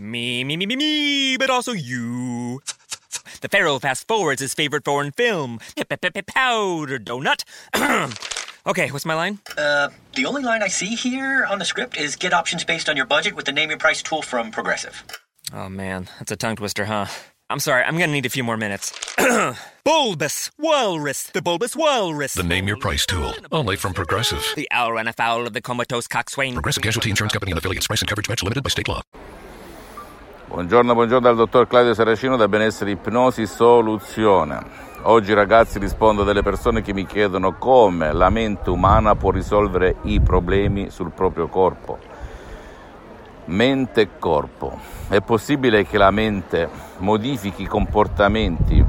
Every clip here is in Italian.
Me, but also you. The Pharaoh fast forwards his favorite foreign film, Powder Donut. Okay, what's my line? The only line I see here on the script is get options based on your budget with the Name Your Price tool from Progressive. Oh man, that's a tongue twister, huh? I'm sorry, I'm gonna need a few more minutes. Bulbous Walrus, the Bulbous Walrus. The Name Your Price tool, only from Progressive. The owl ran afoul of the comatose coxswain. Progressive Casualty Insurance Company and affiliates. Price and coverage match limited by state law. Buongiorno dal dottor Claudio Saracino da Benessere Ipnosi Soluzione. Oggi ragazzi rispondo a delle persone che mi chiedono come la mente umana può risolvere i problemi sul proprio corpo. Mente e corpo. È possibile che la mente modifichi i comportamenti,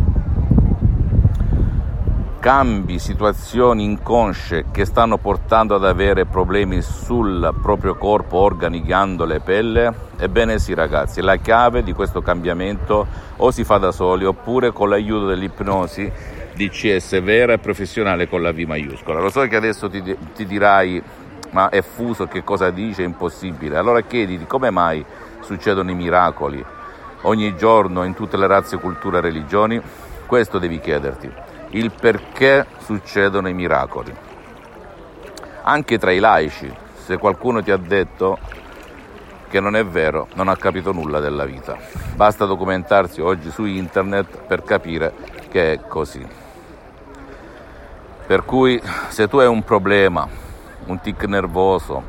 cambi situazioni inconsce che stanno portando ad avere problemi sul proprio corpo, organi, ghiandole, pelle? Ebbene sì ragazzi, la chiave di questo cambiamento o si fa da soli oppure con l'aiuto dell'ipnosi DCS vera e professionale con la V maiuscola. Lo so che adesso ti dirai ma è fuso, che cosa dice, è impossibile. Allora chiediti come mai succedono i miracoli ogni giorno in tutte le razze, culture e religioni. Questo devi chiederti, il perché succedono i miracoli. Anche tra i laici, se qualcuno ti ha detto che non è vero, non ha capito nulla della vita. Basta documentarsi oggi su internet per capire che è così. Per cui se tu hai un problema, un tic nervoso,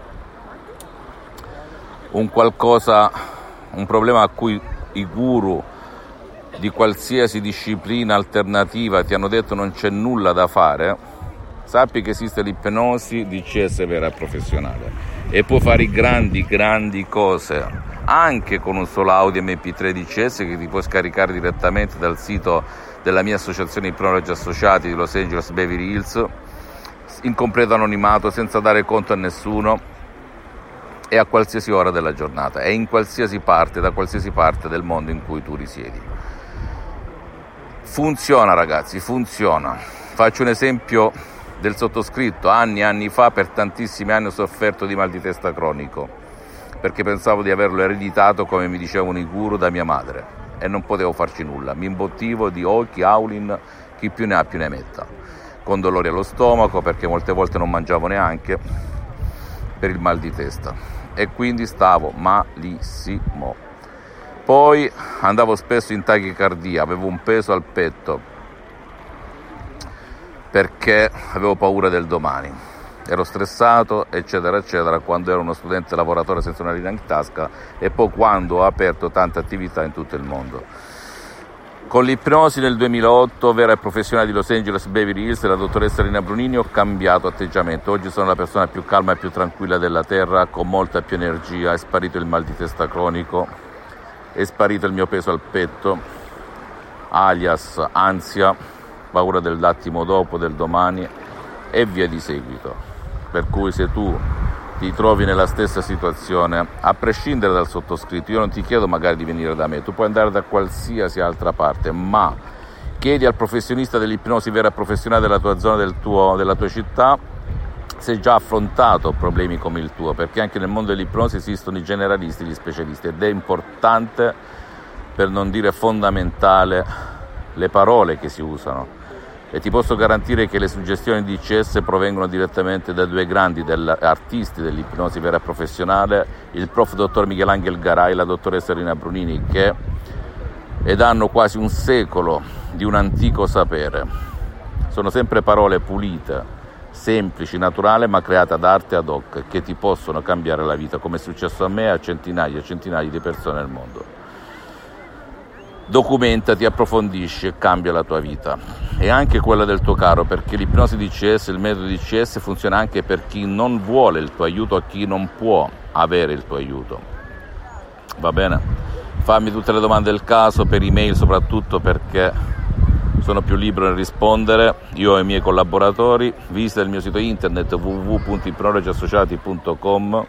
un problema a cui i guru di qualsiasi disciplina alternativa ti hanno detto non c'è nulla da fare, sappi che esiste l'ipnosi DCS vera e professionale e può fare grandi cose anche con un solo audio MP3 DCS che ti puoi scaricare direttamente dal sito della mia associazione Ipnologi Associati di Los Angeles Beverly Hills, in completo anonimato, senza dare conto a nessuno e a qualsiasi ora della giornata e in qualsiasi parte, da qualsiasi parte del mondo in cui tu risiedi. Funziona ragazzi, funziona. Faccio un esempio del sottoscritto. Anni e anni fa, per tantissimi anni ho sofferto di mal di testa cronico perché pensavo di averlo ereditato, come mi dicevano i guru, da mia madre e non potevo farci nulla. Mi imbottivo di Oki, Aulin, chi più ne ha più ne metta, con dolori allo stomaco perché molte volte non mangiavo neanche per il mal di testa e quindi stavo malissimo. Poi andavo spesso in tachicardia, avevo un peso al petto perché avevo paura del domani, ero stressato eccetera eccetera quando ero uno studente lavoratore senza una linea in tasca e poi quando ho aperto tante attività in tutto il mondo. Con l'ipnosi nel 2008, vera e professionale di Los Angeles Beverly Hills, la dottoressa Rina Brunini, ho cambiato atteggiamento. Oggi sono la persona più calma e più tranquilla della terra, con molta più energia, è sparito il mal di testa cronico, è sparito il mio peso al petto, alias ansia, paura dell'attimo dopo, del domani e via di seguito. Per cui se tu ti trovi nella stessa situazione, a prescindere dal sottoscritto, io non ti chiedo magari di venire da me, tu puoi andare da qualsiasi altra parte, ma chiedi al professionista dell'ipnosi vera e professionale della tua zona, della tua città, se già affrontato problemi come il tuo, perché anche nel mondo dell'ipnosi esistono i generalisti, gli specialisti, ed è importante, per non dire fondamentale, le parole che si usano. E ti posso garantire che le suggestioni di DCS provengono direttamente da due grandi artisti dell'ipnosi vera e professionale, il prof. dottor Michelangelo Garay e la dottoressa Rina Brunini, ed hanno quasi un secolo di un antico sapere. Sono sempre parole pulite, semplici, naturali, ma create ad arte ad hoc, che ti possono cambiare la vita, come è successo a me e a centinaia e centinaia di persone nel mondo. Documentati, approfondisci e cambia la tua vita e anche quella del tuo caro, perché l'ipnosi DCS, il metodo DCS funziona anche per chi non vuole il tuo aiuto, a chi non può avere il tuo aiuto. Va bene? Fammi tutte le domande del caso per email, soprattutto perché sono più libero nel rispondere. Io e i miei collaboratori. Visita il mio sito internet www.ipnologiassociati.com,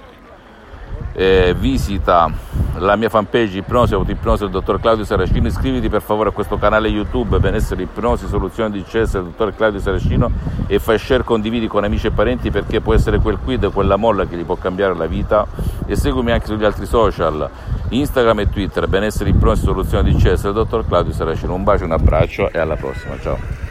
visita la mia fanpage Ipnosi Autoipnosi del dottor Claudio Saracino, iscriviti per favore a questo canale YouTube Benessere Ipnosi Soluzione DCS del dottor Claudio Saracino e fai share, condividi con amici e parenti, perché può essere quel quid, quella molla che gli può cambiare la vita. E seguimi anche sugli altri social, Instagram e Twitter, benessere, ipnosi, soluzione di CS del dottor Claudio Saracino. Un bacio, un abbraccio e alla prossima, ciao.